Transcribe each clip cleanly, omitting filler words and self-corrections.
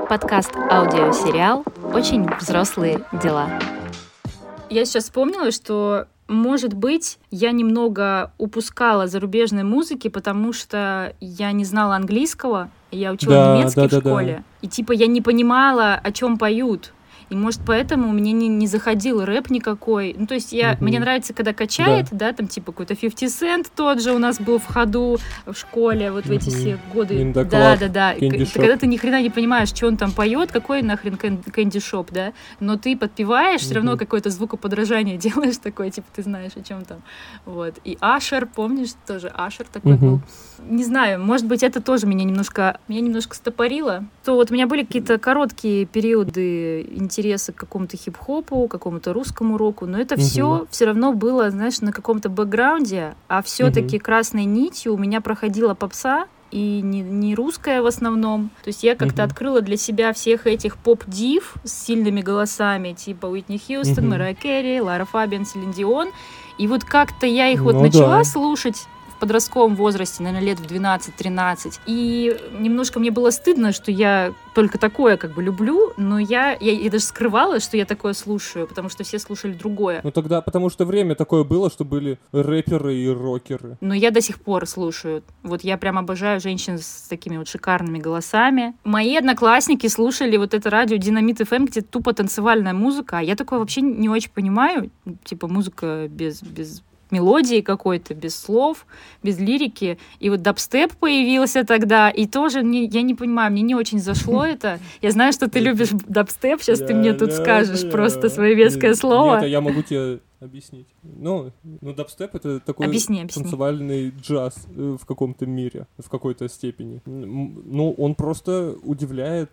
подкаст аудиосериал «Очень взрослые дела». Я сейчас вспомнила, что, может быть, я немного упускала зарубежной музыки, потому что я не знала английского, я учила немецкий в школе, и я не понимала, о чем поют. И, может, поэтому мне не заходил рэп никакой. Ну, то есть мне нравится, когда качает, какой-то 50 Cent тот же у нас был в ходу в школе вот в эти все годы. Да. Когда ты ни хрена не понимаешь, что он там поет, какой нахрен Candy Shop, да? Но ты подпеваешь, все равно какое-то звукоподражание делаешь такое, ты знаешь, о чем там. Вот. И Ашер, помнишь, тоже Ашер такой был. Не знаю, может быть, это тоже меня немножко стопорило. То вот у меня были какие-то короткие периоды интереса к какому-то хип-хопу, какому-то русскому року, но это все равно было, знаешь, на каком-то бэкграунде, а все-таки красной нитью у меня проходила попса, и не русская в основном. То есть я как-то открыла для себя всех этих поп-див с сильными голосами, типа Уитни Хьюстон, Мэрайя Кэри, Лара Фабиан, Селин Дион. И вот как-то я их начала слушать в подростковом возрасте, наверное, лет в 12-13. И немножко мне было стыдно, что я только такое люблю, но я даже скрывала, что я такое слушаю, потому что все слушали другое. Ну тогда, потому что время такое было, что были рэперы и рокеры. Но я до сих пор слушаю. Вот я прям обожаю женщин с такими вот шикарными голосами. Мои одноклассники слушали вот это радио Динамит ФМ, где тупо танцевальная музыка, а я такое вообще не очень понимаю. Типа музыка без мелодии какой-то, без слов, без лирики. И вот дабстеп появился тогда, и тоже я не понимаю, мне не очень зашло это. Я знаю, что ты любишь дабстеп, сейчас ты мне тут скажешь просто свое веское слово. Нет, я могу тебе объяснить. Ну, дабстеп — это такой танцевальный джаз в каком-то мире, в какой-то степени. Ну, он просто удивляет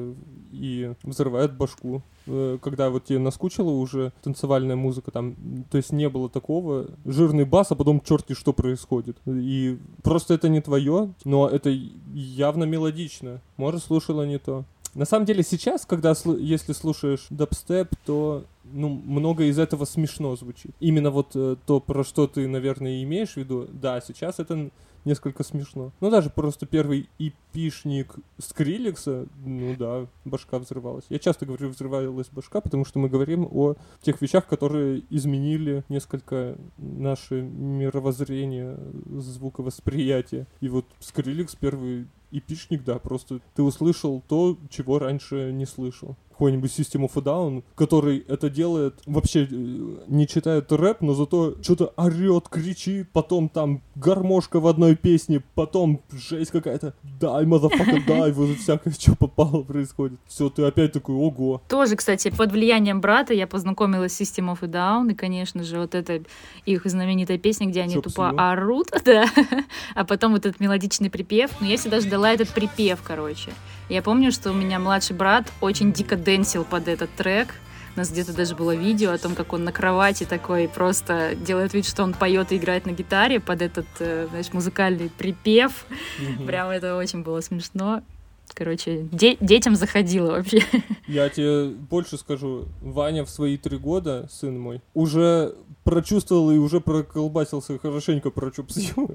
и взрывает башку. Когда вот тебе наскучила уже танцевальная музыка, там, то есть не было такого, жирный бас, а потом черти что происходит. И просто это не твое, но это явно мелодично. Может, слушала не то. На самом деле сейчас, если слушаешь дабстеп, то много из этого смешно звучит. Именно вот то, про что ты, наверное, имеешь в виду, да, сейчас это несколько смешно. Ну, даже просто первый эпишник Скриллекса, башка взрывалась. Я часто говорю «взрывалась башка», потому что мы говорим о тех вещах, которые изменили несколько наше мировоззрение, звуковосприятие. И вот Скриллекс, первый эпишник, да, просто ты услышал то, чего раньше не слышал. Какой-нибудь System of a Down, который это делает, вообще не читает рэп, но зато что-то орет, кричит, потом там гармошка в одной песне, потом жесть какая-то, дай, motherfucker, дай, вот всякое, что попало, происходит. Все, ты опять такой, ого. Тоже, кстати, под влиянием брата я познакомилась с System of a Down, и, конечно же, вот это их знаменитая песня, где они тупо орут, да, а потом вот этот мелодичный припев, но я всегда ждала этот припев, короче. Я помню, что у меня младший брат очень дико дэнсил под этот трек. У нас где-то даже было видео о том, как он на кровати такой просто делает вид, что он поет и играет на гитаре под этот, музыкальный припев. Прям это очень было смешно. Короче, детям заходило вообще. Я тебе больше скажу. Ваня в свои 3 года, сын мой, уже прочувствовал и уже проколбасился хорошенько про чоп-сью.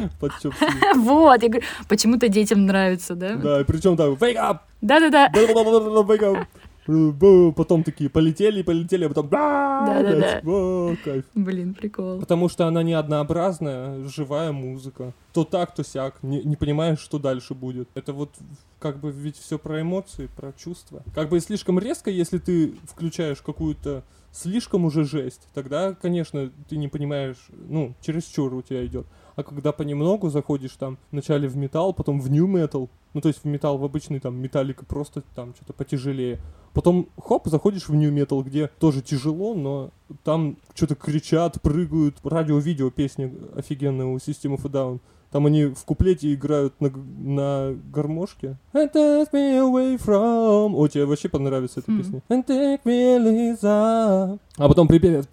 Вот, я говорю, почему-то детям нравится, да? Да, и причем так, wake up! Да-да-да. Wake up! Потом такие полетели, а потом... Да-да-да. О, кайф. Блин, прикол. Потому что она не однообразная, живая музыка. То так, то сяк. Не понимаешь, что дальше будет. Это вот ведь все про эмоции, про чувства. Слишком резко, если ты включаешь какую-то слишком уже жесть, тогда, конечно, ты не понимаешь, чересчур у тебя идет. А когда понемногу заходишь там вначале в металл, потом в нью метал, то есть в металл, в обычный там металлик, просто там что-то потяжелее. Потом, хоп, заходишь в нью метал, где тоже тяжело, но там что-то кричат, прыгают. Радио-видео песня офигенная у System of a Down. Там они в куплете играют на гармошке. And take me away from... О, тебе вообще понравится эта песня. And take me, Lisa. А потом припев...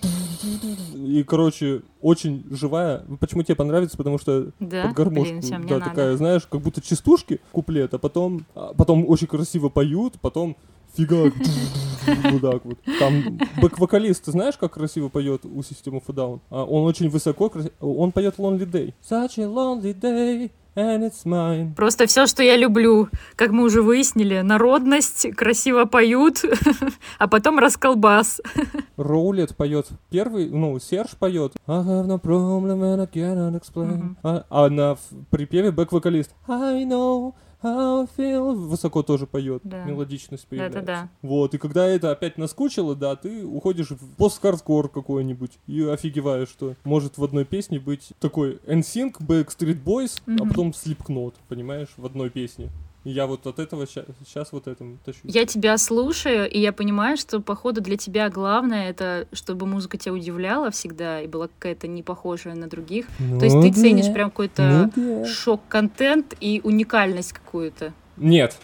И, короче, очень живая. Почему тебе понравится? Потому что под гармошку, такая, знаешь, как будто частушки куплет, а потом очень красиво поют, потом фига, вот так вот. Там бэк-вокалист, ты знаешь, как красиво поет у System of a Down? Он очень высоко, он поет Lonely Day. Such a lonely day, and it's mine. Просто все, что я люблю, как мы уже выяснили, народность, красиво поют, а потом расколбас. Роулет поет первый, Серж поет I have no problem and I cannot explain. А на припеве бэк-вокалист I know how I feel высоко тоже поет, мелодичность появляется. Да. Вот, и когда это опять наскучило, да, ты уходишь в пост-хардкор какой-нибудь и офигеваешь, что может в одной песне быть такой NSYNC, Backstreet Boys, а потом Slipknot, понимаешь, в одной песне. И я вот от этого сейчас вот этим тащу. Я тебя слушаю, и я понимаю, что, походу, для тебя главное это, чтобы музыка тебя удивляла всегда и была какая-то не похожая на других. То есть ты ценишь прям какой-то шок-контент и уникальность какую-то. Нет,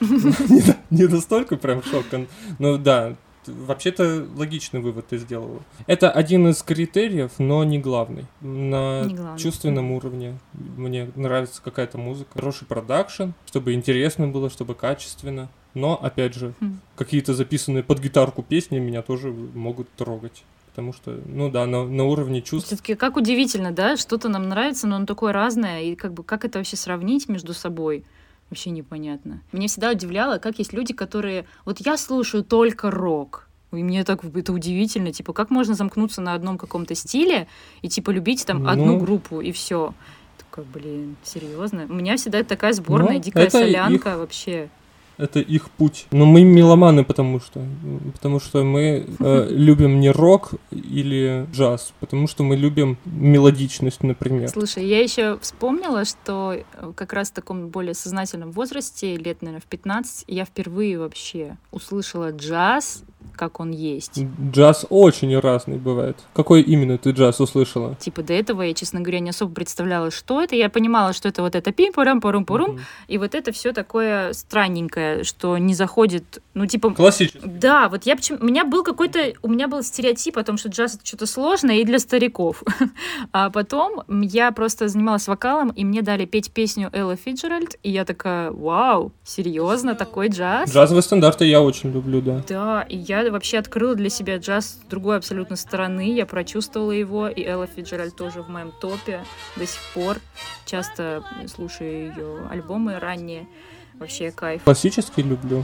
не настолько прям шок-контент. Ну да, вообще-то логичный вывод ты сделала. Это один из критериев, но не главный. На чувственном уровне мне нравится какая-то музыка, хороший продакшн, чтобы интересно было, чтобы качественно. Но, опять же, какие-то записанные под гитарку песни меня тоже могут трогать. Потому что, на уровне чувств. Все-таки как удивительно, да? Что-то нам нравится, но оно такое разное. И как это вообще сравнить между собой? Вообще непонятно. Меня всегда удивляло, как есть люди, которые... Вот я слушаю только рок. И мне так это удивительно. Типа, как можно замкнуться на одном каком-то стиле и, типа, любить там одну группу, и все. Такой, серьезно? У меня всегда такая сборная дикая солянка вообще. Это их путь. Но мы меломаны, потому что мы любим не рок или джаз, потому что мы любим мелодичность, например. Слушай, я еще вспомнила, что как раз в таком более сознательном возрасте, лет, наверное, в 15, я впервые вообще услышала джаз, как он есть. Джаз очень разный бывает. Какой именно ты джаз услышала? Типа до этого я, честно говоря, не особо представляла, что это. Я понимала, что это вот это пим-пурам-пурум-пурум, и вот это все такое странненькое, что не заходит, классический. Да, вот у меня был стереотип о том, что джаз это что-то сложное и для стариков. А потом я просто занималась вокалом, и мне дали петь песню Эллы Фицджеральд, и я такая, вау, серьезно, такой джаз? Джазовые стандарты я очень люблю, да. Да, и я вообще открыла для себя джаз с другой абсолютно стороны, я прочувствовала его, и Элла Фицджеральд тоже в моем топе до сих пор. Часто слушаю ее альбомы ранние, вообще кайф. Классический люблю.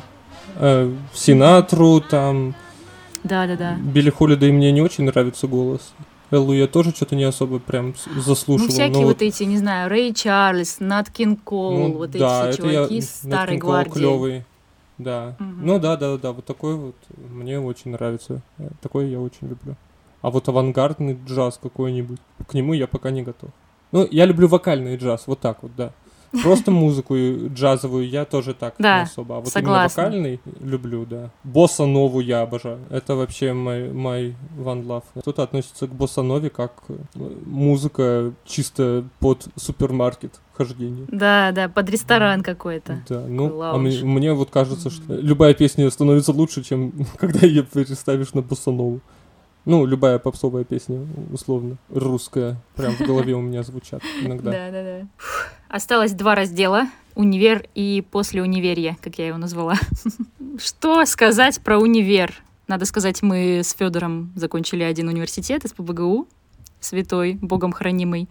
Синатру, там... Да. Билли Холидей мне не очень нравится голос. Эллу я тоже что-то не особо прям заслушивал. Всякие вот эти, не знаю, Рэй Чарльз, Нат Кинг Кол, вот эти все чуваки старой гвардии. Клёвый. Да. Да, вот такой вот мне очень нравится. Такой я очень люблю. А вот авангардный джаз какой-нибудь, к нему я пока не готов. Я люблю вокальный джаз, вот так вот, да. Просто музыку джазовую я тоже так не особо. А вот согласна. Именно вокальный люблю, да. Босса-нову я обожаю. Это вообще my one love. Кто-то относится к босса-нове как музыка чисто под супермаркет хождение. Да, под ресторан какой-то. Да, мне вот кажется, что любая песня становится лучше, чем когда ее переставишь на босса-нову. Любая попсовая песня, условно, русская, прям в голове у меня звучат иногда. Да. Осталось 2 раздела. Универ и послеуниверье, как я его назвала. Что сказать про универ? Надо сказать, мы с Федором закончили один университет, СПбГУ, святой, богом хранимый.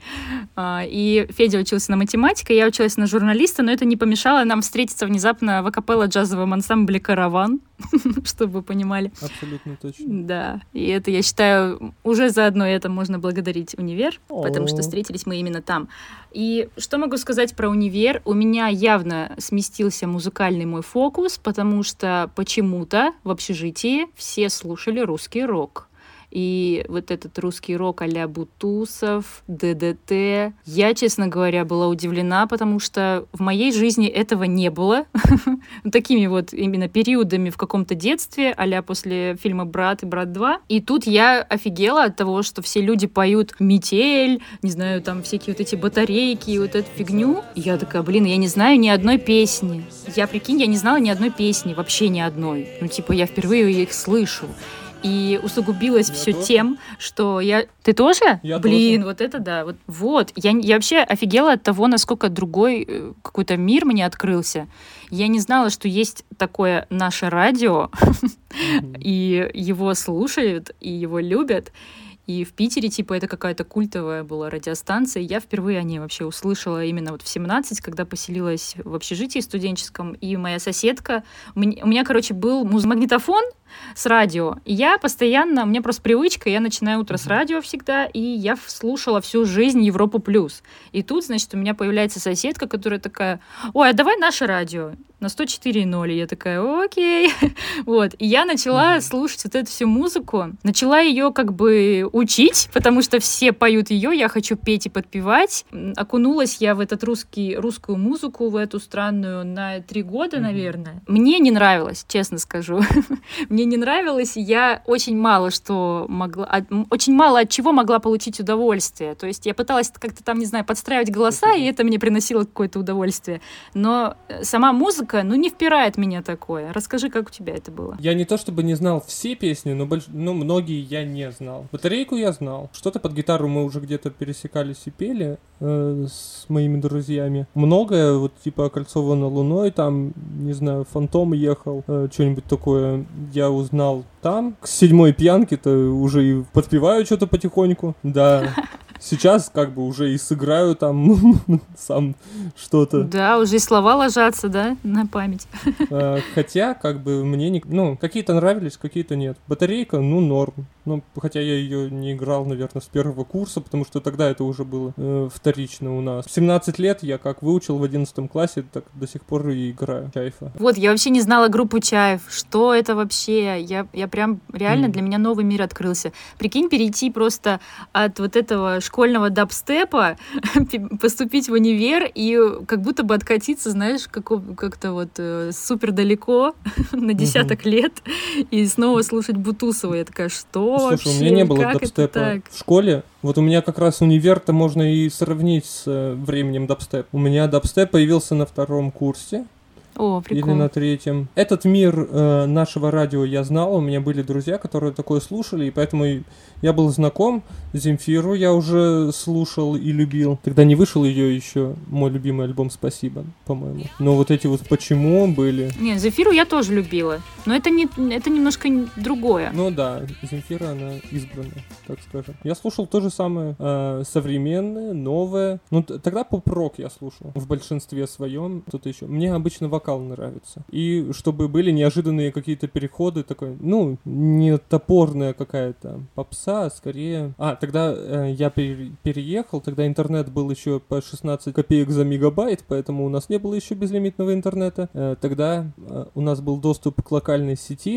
И Федя учился на математика, я училась на журналиста, но это не помешало нам встретиться внезапно в акапелло-джазовом ансамбле «Караван», чтобы вы понимали. Абсолютно точно. Да, и это, я считаю, уже заодно это можно благодарить универ, потому что встретились мы именно там. И что могу сказать про универ? У меня явно сместился музыкальный мой фокус, потому что почему-то в общежитии все слушали русский рок. И вот этот русский рок а-ля Бутусов, ДДТ. Я, честно говоря, была удивлена, потому что в моей жизни этого не было. Такими вот именно периодами в каком-то детстве, а-ля после фильма «Брат» и «Брат 2». И тут я офигела от того, что все люди поют «Метель», не знаю, там всякие вот эти батарейки и вот эту фигню. И я такая, я не знаю ни одной песни. Я не знала ни одной песни, вообще ни одной. Я впервые их слышу. И усугубилось все тем, что я... Ты тоже? Тоже. Вот это да. Вот. Я вообще офигела от того, насколько другой какой-то мир мне открылся. Я не знала, что есть такое наше радио, и его слушают, и его любят. И в Питере, типа, это какая-то культовая была радиостанция. Я впервые о ней вообще услышала именно вот в 17, когда поселилась в общежитии студенческом. И моя соседка... У меня, короче, был магнитофон с радио. И я постоянно... У меня просто привычка, я начинаю утро с радио всегда, и я слушала всю жизнь Европу плюс. И тут, значит, у меня появляется соседка, которая такая: ой, а давай наше радио на 104.0. И я такая: окей. Вот. И я начала слушать вот эту всю музыку. Начала ее как бы учить, потому что все поют ее, я хочу петь и подпевать. Окунулась я в этот русскую музыку, в эту странную на 3 года, наверное. Мне не нравилось, честно скажу. Мне не нравилось, и я очень мало от чего могла получить удовольствие. То есть я пыталась как-то там, не знаю, подстраивать голоса, и это мне приносило какое-то удовольствие. Но сама музыка, не впирает меня такое. Расскажи, как у тебя это было? Я не то чтобы не знал все песни, но многие я не знал. Батарейку я знал. Что-то под гитару мы уже где-то пересекались и пели с моими друзьями. Многое, вот типа «Окольцовано луной», там, не знаю, «Фантом» ехал, что-нибудь такое я узнал там. К 7-й пьянке-то уже и подпеваю что-то потихоньку. Да. Сейчас как бы уже и сыграю там сам что-то. Да, уже и слова ложатся, да, на память. Хотя как бы мне какие-то нравились, какие-то нет. Батарейка, норм. Хотя я ее не играл, наверное, с 1-го курса, потому что тогда это уже было вторично у нас. В 17 лет я как выучил в 11 классе, так до сих пор и играю Чайфа. Вот, я вообще не знала группу Чайф. Что это вообще? Я прям, реально для меня новый мир открылся. Прикинь, перейти просто от вот этого школьного дабстепа, поступить в универ и как будто бы откатиться, знаешь, как-то вот супер далеко на десяток лет и снова слушать Бутусова. Я такая: что Слушай, вообще? у меня не было дабстепа в школе. Вот у меня как раз универ-то можно и сравнить с временем дабстеп. У меня дабстеп появился на 2-м курсе. О, прикольно. Или на 3-м. Этот мир нашего радио я знал, у меня были друзья, которые такое слушали, и поэтому я был знаком. Земфиру я уже слушал и любил. Тогда не вышел ее еще мой любимый альбом «Спасибо», по-моему. Но вот эти вот «Почему» были. Не, Земфиру я тоже любила, но это немножко другое. Ну да, Земфира, она избранная, так скажем. Я слушал то же самое, современное, новое. Тогда поп-рок я слушал в большинстве своем. Что-то еще. Мне обычно вокал нравится. И чтобы были неожиданные какие-то переходы, такой, не топорная какая-то попса, а скорее... Тогда я переехал, тогда интернет был еще по 16 копеек за мегабайт, поэтому у нас не было еще безлимитного интернета. Тогда у нас был доступ к локальной сети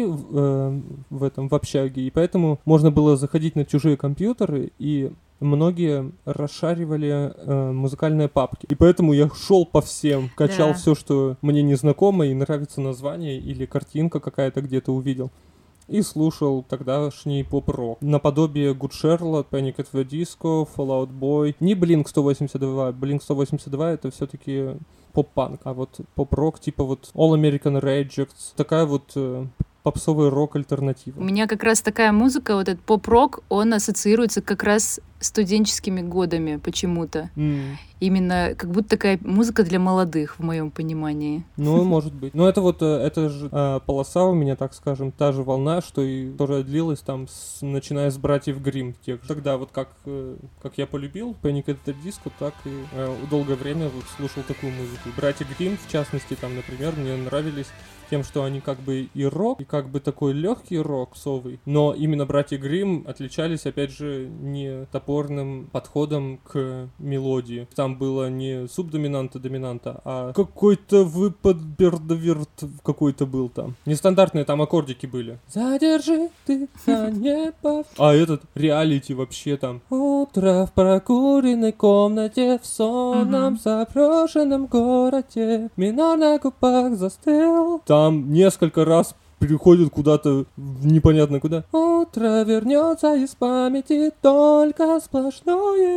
в общаге, и поэтому можно было заходить на чужие компьютеры, и многие расшаривали музыкальные папки. И поэтому я шел по всем, качал все, что мне незнакомо и нравится название или картинка какая-то где-то увидел. И слушал тогдашний поп-рок. Наподобие Good Charlotte, Panic at the Disco, Fall Out Boy. Не Blink-182. Blink-182 это все-таки поп-панк. А вот поп-рок типа вот All American Rejects. Такая вот... попсовый рок-альтернатива. У меня как раз такая музыка, вот этот поп-рок, он ассоциируется как раз с студенческими годами почему-то. Именно как будто такая музыка для молодых, в моем понимании. Может быть. Но это же полоса у меня, так скажем, та же волна, которая длилась там, начиная с «Братьев Гримм». Тогда вот как я полюбил Panic at the Disco, так и долгое время вот слушал такую музыку. «Братья Гримм», в частности, там, например, мне нравились тем, что они как бы и рок, и как бы такой легкий рок совый, но именно «Братья Гримм» отличались, опять же, не топорным подходом к мелодии. Там было не субдоминанта, доминанта, а какой-то выпад бердовирт какой-то был там. Нестандартные там аккордики были. Задержи ты за небо. А этот реалити вообще там. Утро в прокуренной комнате, в сонном заброшенном городе, минор на губах застыл. Там несколько раз переходит куда-то непонятно куда. Утро вернется из памяти, только сплошное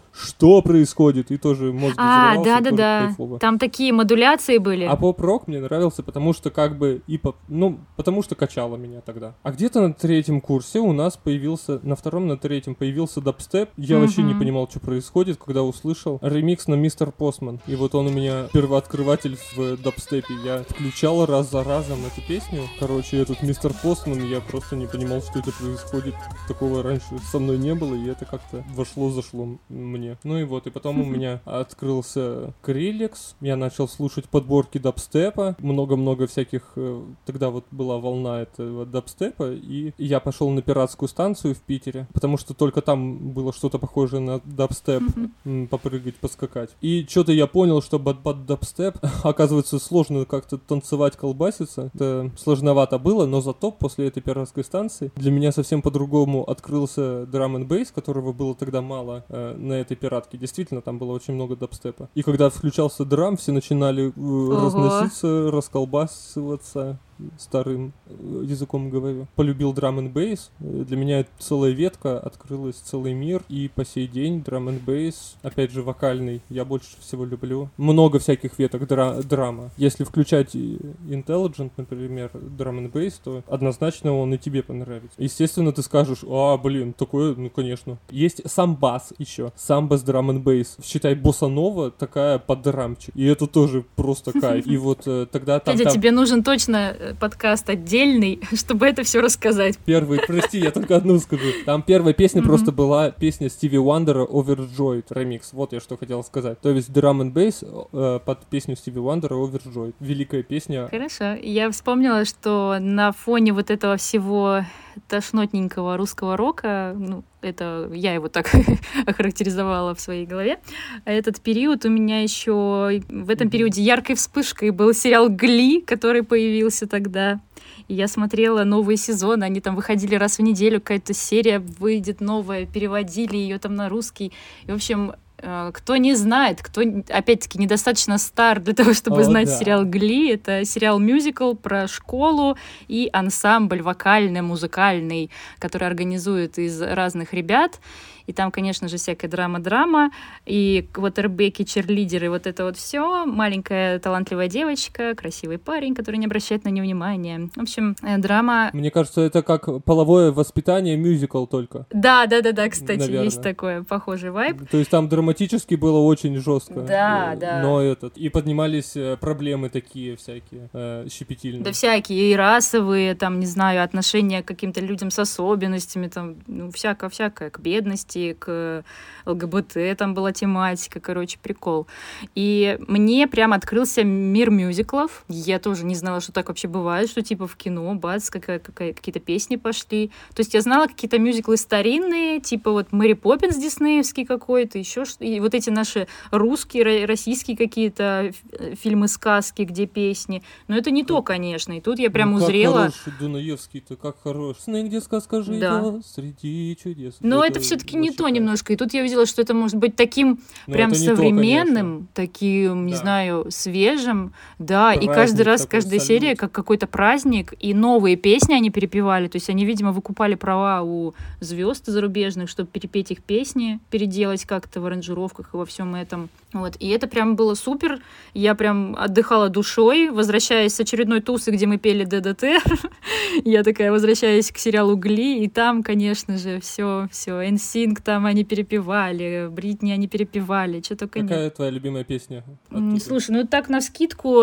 что происходит, и тоже мозг взрывался. Да-да-да, там такие модуляции были. А поп-рок мне нравился, потому что как бы потому что качало меня тогда. А где-то на третьем курсе у нас появился, на втором, на третьем появился дабстеп. Я вообще не понимал, что происходит, когда услышал ремикс на Мистер Постман. И вот он у меня первооткрыватель в дабстепе. Я включал раз за разом эту песню. Короче, этот Мистер Постман, я просто не понимал, что это происходит. Такого раньше со мной не было, и это как-то зашло мне. Ну и вот, и потом у меня открылся Криллекс. Я начал слушать подборки дабстепа. Много-много всяких... Тогда вот была волна этого дабстепа, и я пошел на пиратскую станцию в Питере, потому что только там было что-то похожее на дабстеп, попрыгать, поскакать. И что-то я понял, что под дабстеп, оказывается, сложно как-то танцевать, колбаситься. Это сложновато было, но зато после этой пиратской станции для меня совсем по-другому открылся драм-н-бейс, которого было тогда мало на этой пиратке. Действительно, там было очень много дабстепа. И когда включался драм, все начинали разноситься, расколбасываться. Старым языком говорю. Полюбил драм-н-бейс. Для меня целая ветка, открылась целый мир. И по сей день драм-н-бейс, опять же, вокальный, я больше всего люблю. Много всяких веток драма. Если включать Intelligent, например, драм-н-бейс, то однозначно он и тебе понравится. Естественно, ты скажешь, такое, ну, конечно. Есть самбас еще. Самба с драм-н-бейс. Считай, босса-нова такая под драмчик. И это тоже просто кайф. И вот тогда там... Федя, тебе нужен точно подкаст отдельный, чтобы это все рассказать. Прости, я только одну скажу. Там первая песня просто была песня Стиви Уандера Overjoyed ремикс. Вот я что хотел сказать. То есть Drum and Bass под песню Стиви Уандера Overjoyed. Великая песня. Хорошо. Я вспомнила, что на фоне вот этого всего тошнотненького русского рока, ну, это я его так охарактеризовала в своей голове. А этот период у меня еще в этом периоде яркой вспышкой был сериал «Гли», который появился тогда. И я смотрела новые сезоны, они там выходили раз в неделю, какая-то серия выйдет новая, переводили ее там на русский. И, в общем, кто не знает, кто, опять-таки, недостаточно стар для того, чтобы знать сериал «Гли», это сериал-мюзикл про школу и ансамбль вокальный, музыкальный, который организует из разных ребят. И там, конечно же, всякая драма-драма, и квотербеки, черлидеры, вот это вот все. Маленькая талантливая девочка, красивый парень, который не обращает на нее внимания. В общем, драма... Мне кажется, это как половое воспитание мюзикл только. Да, кстати, наверное. Есть такой похожий вайб. То есть там драматически было очень жестко. Да. Но и поднимались проблемы такие всякие, щепетильные. Да всякие, и расовые, там, не знаю, отношения к каким-то людям с особенностями, там, ну, всякое, к бедности, к ЛГБТ, там была тематика, короче, прикол. И мне прям открылся мир мюзиклов. Я тоже не знала, что так вообще бывает, что типа в кино, бац, какие-то песни пошли. То есть я знала какие-то мюзиклы старинные, типа вот Мэри Поппинс диснеевский какой-то, еще что-то. И вот эти наши русские, российские какие-то фильмы-сказки, где песни. Но это не то, конечно. И тут я прям узрела... Как хорош Дунаевский-то, как хорош. Сны, где сказка жила, среди чудес. Но это все-таки не то немножко. И тут я увидела, что это может быть таким прям современным, таким, не знаю, свежим. Да, праздник, и каждый раз, каждая серия как какой-то праздник. И новые песни они перепевали. То есть они, видимо, выкупали права у звезд зарубежных, чтобы перепеть их песни, переделать как-то в аранжировках и во всем этом. Вот. И это прям было супер. Я прям отдыхала душой, возвращаясь с очередной тусы, где мы пели ДДТ. Я такая возвращаюсь к сериалу «Гли», и там, конечно же, все, NSYNC там они перепевали, Бритни они перепевали, что только нет. Какая твоя любимая песня? Слушай, ну так навскидку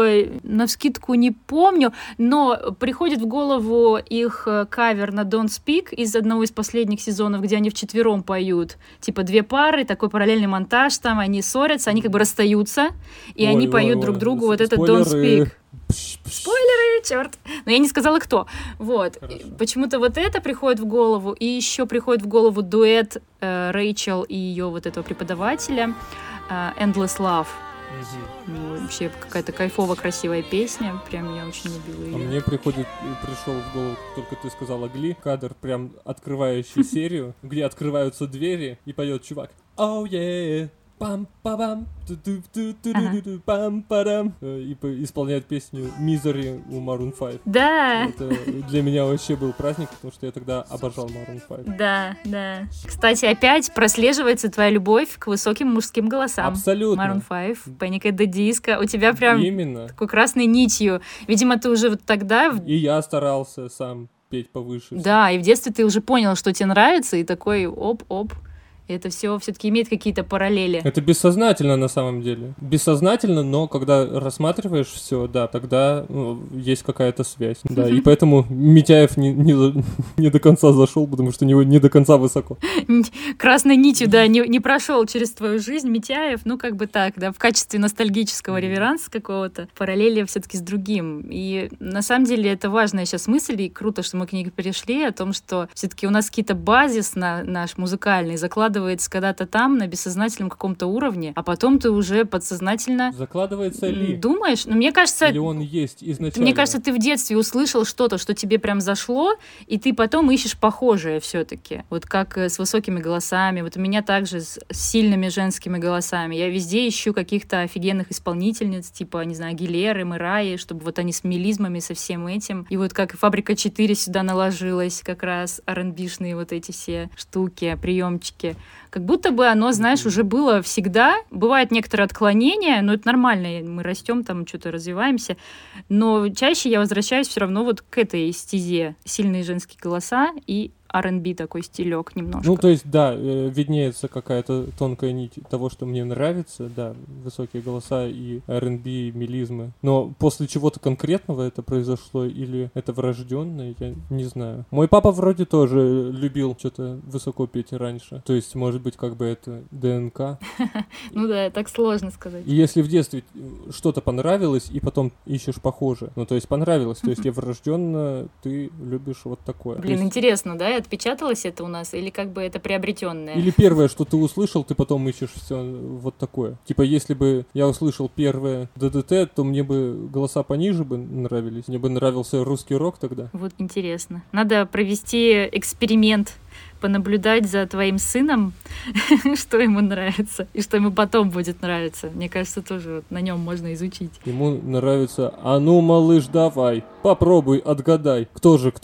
не помню, но приходит в голову их кавер на Don't Speak из одного из последних сезонов, где они вчетвером поют. Типа две пары, такой параллельный монтаж, там они ссорятся, они как бы расстаются, и они поют друг другу вот этот Don't Speak. Спойлеры, черт. Но я не сказала, кто. Вот. Почему-то вот это приходит в голову. И еще приходит в голову дуэт Рэйчел и ее вот этого преподавателя Endless Love. Вообще какая-то кайфовая, красивая песня. Прям я очень любила ее. А мне пришел в голову, только ты сказала «Гли», кадр, прям открывающий серию, где открываются двери, и поет чувак «Oh yeah, пам-па-бам, пам-парам, и исполняют песню Misery у Maroon 5. Да. Это для меня вообще был праздник, потому что я тогда обожал Maroon 5. Да, да. Кстати, опять прослеживается твоя любовь к высоким мужским голосам. Абсолютно. Maroon 5, Panic at the Disco. У тебя прям именно такой красной нитью. Видимо, ты уже вот тогда... И я старался сам петь повыше. Да, и в детстве ты уже понял, что тебе нравится, и такой оп-оп. Это все-таки имеет какие-то параллели. Это бессознательно на самом деле. Бессознательно, но когда рассматриваешь все, да, тогда есть какая-то связь. Да, и поэтому Митяев не до конца зашел, потому что у него не до конца высоко. Красной нитью, да, не прошел через твою жизнь Митяев, ну как бы так, да, в качестве ностальгического реверанса какого-то, параллели все-таки с другим. И на самом деле это важная сейчас мысль, и круто, что мы к ней перешли, о том, что все-таки у нас какие-то базис наш музыкальный закладывается когда-то там, на бессознательном каком-то уровне, а потом ты уже подсознательно... Закладывается ли? Думаешь? Но мне кажется... Или он есть изначально? Мне кажется, ты в детстве услышал что-то, что тебе прям зашло, и ты потом ищешь похожее все-таки. Вот как с высокими голосами. Вот у меня также с сильными женскими голосами. Я везде ищу каких-то офигенных исполнительниц, типа, не знаю, Агилеры, Мэрайи, чтобы вот они с мелизмами, со всем этим. И вот как «Фабрика 4» сюда наложилась, как раз R&B-шные вот эти все штуки, приемчики. Как будто бы оно, знаешь, уже было всегда. Бывают некоторые отклонения, но это нормально, мы растем, там что-то развиваемся. Но чаще я возвращаюсь все равно вот к этой стезе. Сильные женские голоса и R&B такой стилек немножко. Ну, то есть, да, виднеется какая-то тонкая нить того, что мне нравится, да, высокие голоса и R&B, мелизмы. Но после чего-то конкретного это произошло или это врожденное, я не знаю. Мой папа вроде тоже любил что-то высоко петь раньше. То есть, может быть, как бы это ДНК. Ну да, так сложно сказать. И если в детстве что-то понравилось, и потом ищешь похоже, ну, то есть понравилось, то есть я врожденно, ты любишь вот такое. Блин, интересно, да? Отпечаталось это у нас, или как бы это приобретенное? Или первое, что ты услышал, ты потом ищешь все вот такое. Типа, если бы я услышал первое ДДТ, то мне бы голоса пониже бы нравились. Мне бы нравился русский рок тогда. Вот интересно. Надо провести эксперимент, понаблюдать за твоим сыном, что ему нравится, и что ему потом будет нравиться. Мне кажется, тоже вот на нем можно изучить. Ему нравится: «А ну, малыш, давай, попробуй, отгадай, кто же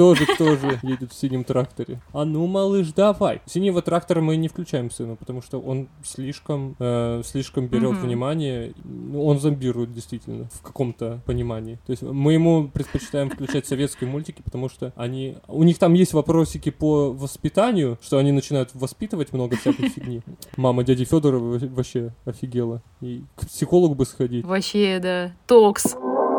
едет в синем тракторе. А ну, малыш, давай». Синего трактора мы не включаем сыну, потому что он слишком берет внимание, он зомбирует действительно в каком-то понимании. То есть мы ему предпочитаем включать советские мультики, потому что у них там есть вопросики по воспитанию, что они начинают воспитывать много всякой фигни. Мама дяди Федора вообще офигела. И к психологу бы сходить. Вообще, да. Токс.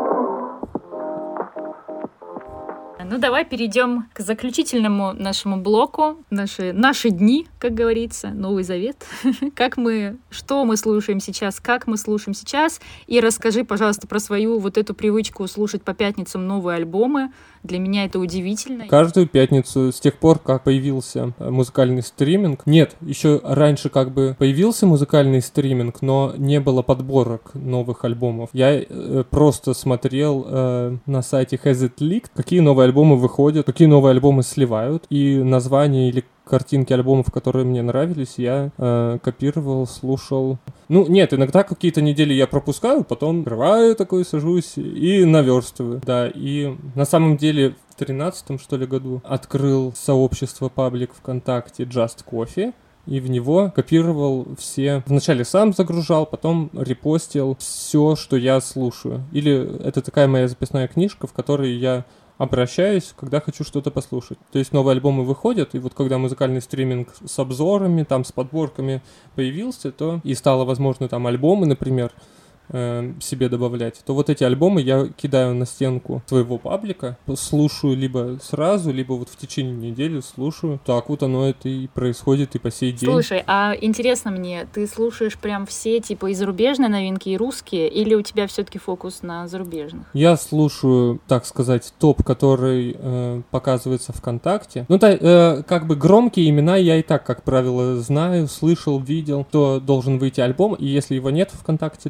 Ну, давай перейдем к заключительному нашему блоку. Наши дни, как говорится, Новый Завет. Что мы слушаем сейчас, как мы слушаем сейчас. И расскажи, пожалуйста, про свою вот эту привычку слушать по пятницам новые альбомы. Для меня это удивительно. Каждую пятницу, с тех пор, как появился музыкальный стриминг. Нет, еще раньше как бы появился музыкальный стриминг, но не было подборок новых альбомов. Я просто смотрел на сайте Has It Leaked, какие новые альбомы выходят, какие новые альбомы сливают, и названия или картинки альбомов, которые мне нравились, я копировал, слушал. Ну, нет, иногда какие-то недели я пропускаю, потом открываю такой, сажусь и наверстываю. Да, и на самом деле в 13-м, что ли, году открыл сообщество паблик ВКонтакте Just Coffee. И в него копировал все... Вначале сам загружал, потом репостил все, что я слушаю. Или это такая моя записная книжка, в которой я обращаюсь, когда хочу что-то послушать. То есть новые альбомы выходят, и вот когда музыкальный стриминг с обзорами, там с подборками появился, то и стало возможно там альбомы, например, себе добавлять, то вот эти альбомы я кидаю на стенку своего паблика, слушаю либо сразу, либо вот в течение недели слушаю. Так вот оно это и происходит и по сей день. Слушай, а интересно мне, ты слушаешь прям все типа и зарубежные новинки, и русские, или у тебя все-таки фокус на зарубежных? Я слушаю, так сказать, топ, который показывается ВКонтакте. Ну, как бы громкие имена я и так, как правило, знаю, слышал, видел, то должен выйти альбом, и если его нет ВКонтакте,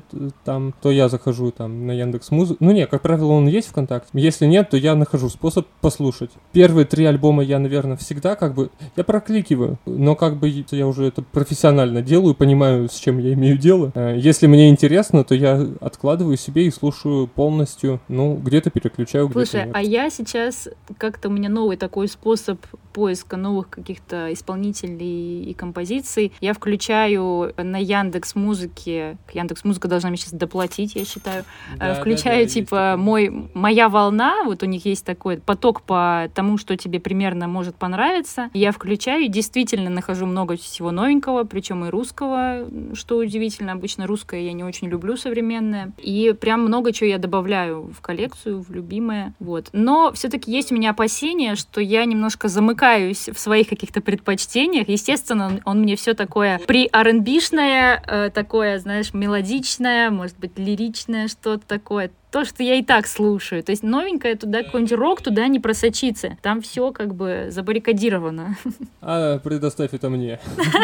там, то я захожу там на Яндекс.Музыку. Ну не, как правило, он есть ВКонтакте. Если нет, то я нахожу способ послушать. Первые 3 альбома я, наверное, всегда как бы... Я прокликиваю, но как бы я уже это профессионально делаю, понимаю, с чем я имею дело. Если мне интересно, то я откладываю себе и слушаю полностью, ну, где-то переключаю, где-то Слушай, нет. а я сейчас как-то у меня новый такой способ поиска новых каких-то исполнителей и композиций. Я включаю на Яндекс.Музыке, Яндекс.Музыка должна мне сейчас доплатить, я считаю, включаю типа моя волна, вот у них есть такой поток по тому, что тебе примерно может понравиться. Я включаю и действительно нахожу много всего новенького, причем и русского, что удивительно. Обычно русское я не очень люблю, современное. И прям много чего я добавляю в коллекцию, в любимое. Вот. Но все-таки есть у меня опасения, что я немножко замыкаюсь в своих каких-то предпочтениях. Естественно, он мне все такое при-R&B-шное, такое, знаешь, мелодичное, может быть, лиричное, что-то такое. То, что я и так слушаю. То есть новенькое туда, какой-нибудь рок туда не просочится. Там все как бы забаррикадировано. А предоставь это мне.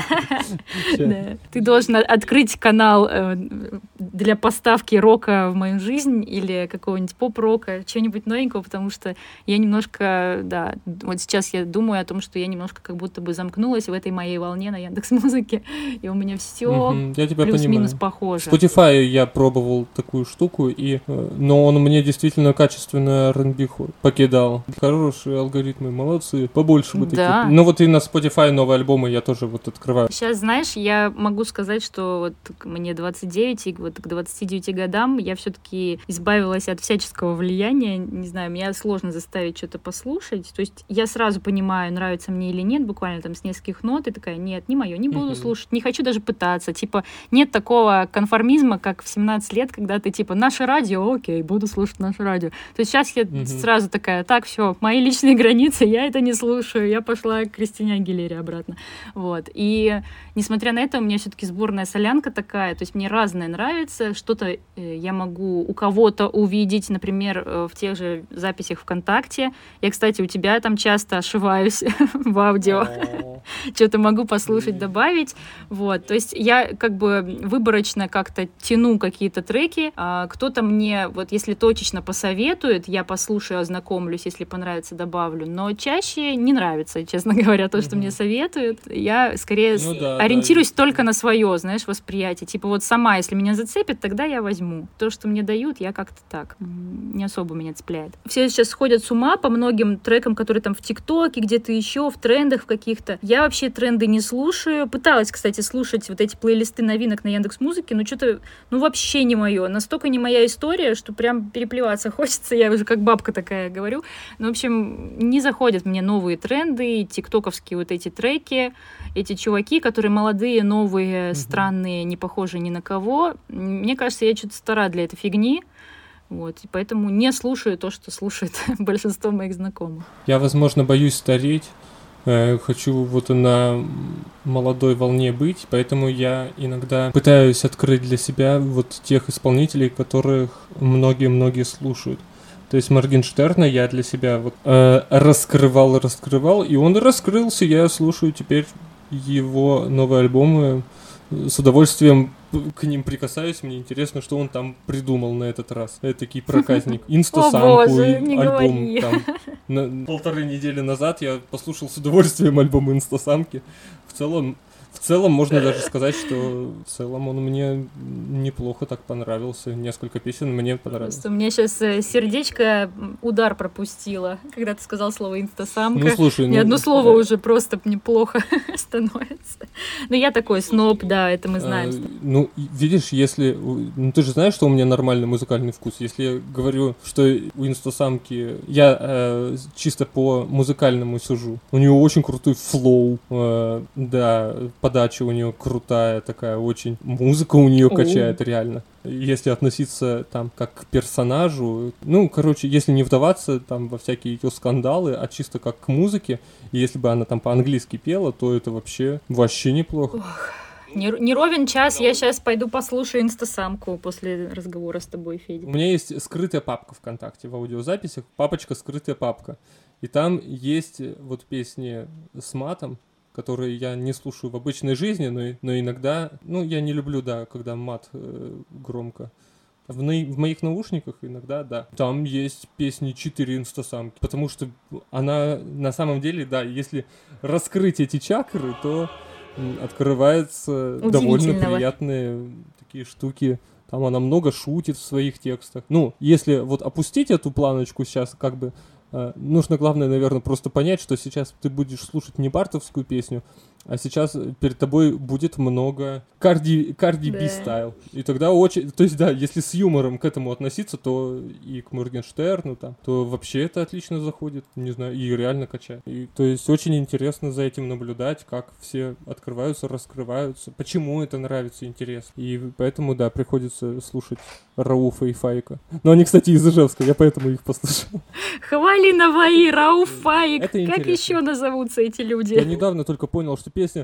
Ты должен открыть канал для поставки рока в мою жизнь или какого-нибудь поп-рока, чего-нибудь новенького, потому что я немножко, да, вот сейчас я думаю о том, что я немножко как будто бы замкнулась в этой моей волне на Яндекс.Музыке, и у меня все плюс-минус похоже. В Spotify я пробовал такую штуку, но он мне действительно качественную R&B покидал. Хорошие алгоритмы, молодцы, побольше бы таких. Ну вот и на Spotify новые альбомы я тоже вот открываю. Сейчас, знаешь, я могу сказать, что вот мне 29, и вот к 29 годам я все-таки избавилась от всяческого влияния. Не знаю, меня сложно заставить что-то послушать. То есть я сразу понимаю, нравится мне или нет, буквально там с нескольких нот, и такая, нет, не мое, не буду слушать, не хочу даже пытаться. Типа, нет такого конформизма, как в 17 лет, когда ты типа, наше радио, окей, буду слушать наше радио. То есть сейчас я сразу такая, так, все, мои личные границы, я это не слушаю, я пошла к Кристине Агилере обратно. Вот. И несмотря на это, у меня все-таки сборная солянка такая, то есть мне разное нравится, что-то я могу у кого-то увидеть, например, в тех же записях ВКонтакте. Я, кстати, у тебя там часто ошиваюсь в аудио. Что-то могу послушать, добавить. Вот. То есть я как бы выборочно как-то тяну какие-то треки, а кто-то мне, вот если точечно посоветует, я послушаю, ознакомлюсь, если понравится, добавлю. Но чаще не нравится, честно говоря, то, что мне советуют. Я скорее ориентируюсь только на свое, знаешь, восприятие. Типа вот сама, если меня зацепит, тогда я возьму. То, что мне дают, я как-то так. Не особо меня цепляет. Все сейчас сходят с ума по многим трекам, которые там в ТикТоке, где-то еще, в трендах в каких-то. Я вообще тренды не слушаю. Пыталась, кстати, слушать вот эти плейлисты новинок на Яндекс.Музыке, но что-то, вообще не мое. Настолько не моя история, что прям переплеваться хочется. Я уже как бабка такая говорю. Ну, в общем, не заходят мне новые тренды, тиктоковские вот эти треки, эти чуваки, которые молодые, новые, странные, не похожие ни на кого. Мне кажется, я что-то стара для этой фигни. Вот, и поэтому не слушаю то, что слушает большинство моих знакомых. Я, возможно, боюсь стареть. Хочу вот на молодой волне быть, поэтому я иногда пытаюсь открыть для себя вот тех исполнителей, которых многие-многие слушают. То есть Моргенштерна я для себя вот раскрывал, и он раскрылся, я слушаю теперь его новые альбомы, с удовольствием к ним прикасаюсь, мне интересно, что он там придумал на этот раз. Это такой проказник. Инстасамку, альбом там. 1,5 недели назад я послушал с удовольствием альбом Инстасамки. В целом можно даже сказать, что в целом он мне неплохо так понравился. Несколько песен мне понравилось. Просто у меня сейчас сердечко удар пропустило, когда ты сказал слово «инстасамка». Ну, слушай, ни одно слово уже просто неплохо становится. Но я такой сноб, да, это мы знаем. Ну, видишь, если... Ну, ты же знаешь, что у меня нормальный музыкальный вкус. Если я говорю, что у инстасамки... Я чисто по музыкальному сужу. У нее очень крутой флоу. Да, подача у нее крутая такая очень. Музыка у нее качает реально. Если относиться там как к персонажу, ну, короче, если не вдаваться там во всякие ее скандалы, а чисто как к музыке, и если бы она там по-английски пела, то это вообще неплохо. Не ровен час, я сейчас пойду послушаю инстасамку после разговора с тобой, Федя. У меня есть скрытая папка ВКонтакте в аудиозаписях, папочка «Скрытая папка». И там есть вот песни с матом, которые я не слушаю в обычной жизни, но иногда... Ну, я не люблю, да, когда мат громко В моих наушниках иногда, да, там есть песни 4 инстасамки, потому что она на самом деле, да, если раскрыть эти чакры, то открываются довольно приятные такие штуки. Там она много шутит в своих текстах. Ну, если вот опустить эту планочку сейчас, как бы, нужно, главное, наверное, просто понять, что сейчас ты будешь слушать не бартовскую песню, а сейчас перед тобой будет много Cardi B стайл. И тогда очень... То есть, да, если с юмором к этому относиться, то и к Моргенштерну там, то вообще это отлично заходит. Не знаю, и реально качает. И, то есть, очень интересно за этим наблюдать, как все открываются, раскрываются. Почему это нравится, интересно. И поэтому, да, приходится слушать Рауфа и Файка. Но они, кстати, из Ижевска, я поэтому их послушал. Хвали Наваи, Рауф, Файк. Как еще назовутся эти люди? Я недавно только понял, что песня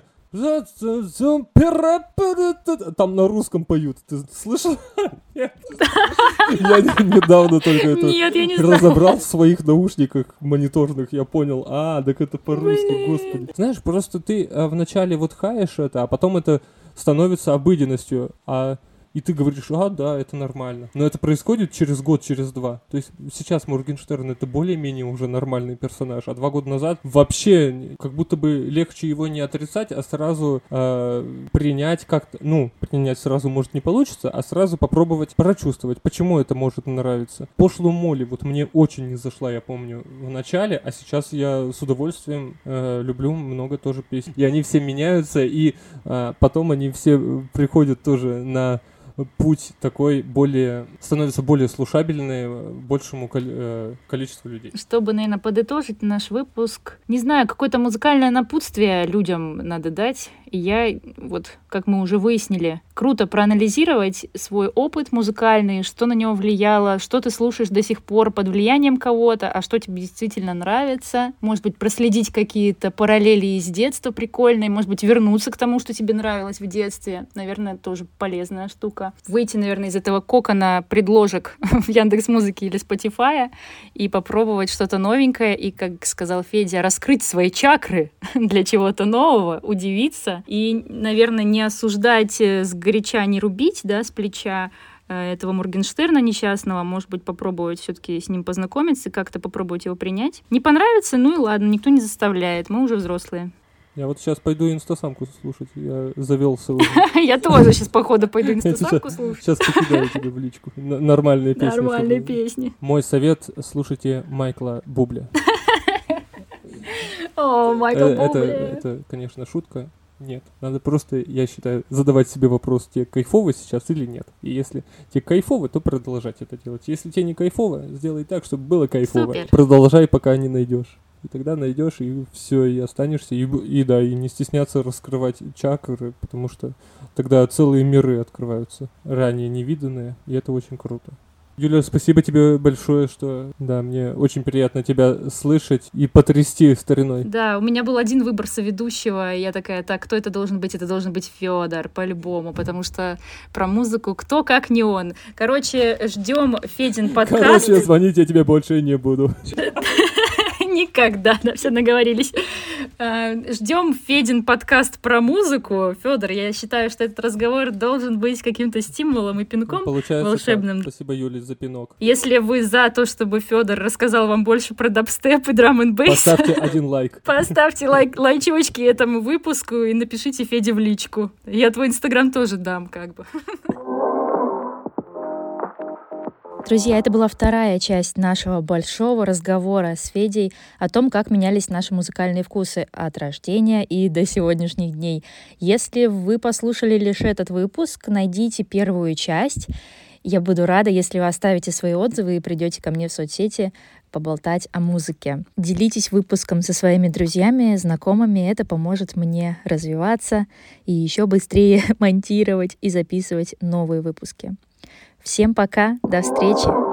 там на русском поют. Ты слышал? Нет. Я недавно только это разобрал в своих наушниках мониторных. Я понял, так это по-русски, господи. Знаешь, просто ты вначале вот хаешь это, а потом это становится обыденностью, и ты говоришь, да, это нормально. Но это происходит через год, через два. То есть сейчас Моргенштерн это более-менее уже нормальный персонаж, а 2 года назад вообще как будто бы легче его не отрицать, а сразу принять как-то, принять сразу может не получится, а сразу попробовать прочувствовать, почему это может нравиться. Пошлую Молли вот мне очень не зашла, я помню, в начале, а сейчас я с удовольствием люблю много тоже песен. И они все меняются, и потом они все приходят тоже на путь такой становится более слушабельный большему количеству людей. Чтобы, наверное, подытожить наш выпуск, не знаю, какое-то музыкальное напутствие людям надо дать. И я, вот, как мы уже выяснили, круто проанализировать свой опыт музыкальный, что на него влияло, что ты слушаешь до сих пор под влиянием кого-то, а что тебе действительно нравится. Может быть, проследить какие-то параллели из детства прикольные, может быть, вернуться к тому, что тебе нравилось в детстве. Наверное, тоже полезная штука. Выйти, наверное, из этого кокона предложек в Яндекс.Музыке или Spotify и попробовать что-то новенькое и, как сказал Федя, раскрыть свои чакры для чего-то нового, удивиться и, наверное, не осуждать сгоряча, не рубить, да, с плеча этого Моргенштерна несчастного, может быть, попробовать все-таки с ним познакомиться и как-то попробовать его принять. Не понравится, ну и ладно, никто не заставляет, мы уже взрослые. Я вот сейчас пойду инстасамку слушать, я завелся уже. Я тоже сейчас, походу, пойду инстасамку слушать. Сейчас покидаю тебе в личку. Нормальные песни. Нормальные песни. Мой совет — слушайте Майкла Бубля. О, Майкл Бубля. Это, конечно, шутка. Нет, надо просто, я считаю, задавать себе вопрос, тебе кайфово сейчас или нет. И если тебе кайфово, то продолжать это делать. Если тебе не кайфово, сделай так, чтобы было кайфово. Супер. Продолжай, пока не найдешь. И тогда найдешь, и все, и останешься, и не стесняться раскрывать чакры, потому что тогда целые миры открываются, ранее невиданные, и это очень круто. Юля, спасибо тебе большое, что, да, мне очень приятно тебя слышать и потрясти стариной. Да, у меня был один выбор соведущего, и я такая, так, кто это должен быть? Это должен быть Федор, по-любому, потому что про музыку кто, как не он. Короче, ждем Федин подкаст. Звонить я тебе больше не буду. Никогда, да, все наговорились. Ждем Федин подкаст про музыку. Федор, я считаю, что этот разговор должен быть каким-то стимулом и пинком волшебным. Так. Спасибо, Юля, за пинок. Если вы за то, чтобы Федор рассказал вам больше про дабстеп и драм-н-бейс, поставьте 1 лайк. Поставьте лайчевочки этому выпуску и напишите Феде в личку. Я твой инстаграм тоже дам, как бы. Друзья, это была вторая часть нашего большого разговора с Федей о том, как менялись наши музыкальные вкусы от рождения и до сегодняшних дней. Если вы послушали лишь этот выпуск, найдите первую часть. Я буду рада, если вы оставите свои отзывы и придете ко мне в соцсети поболтать о музыке. Делитесь выпуском со своими друзьями, знакомыми. Это поможет мне развиваться и еще быстрее монтировать и записывать новые выпуски. Всем пока, до встречи!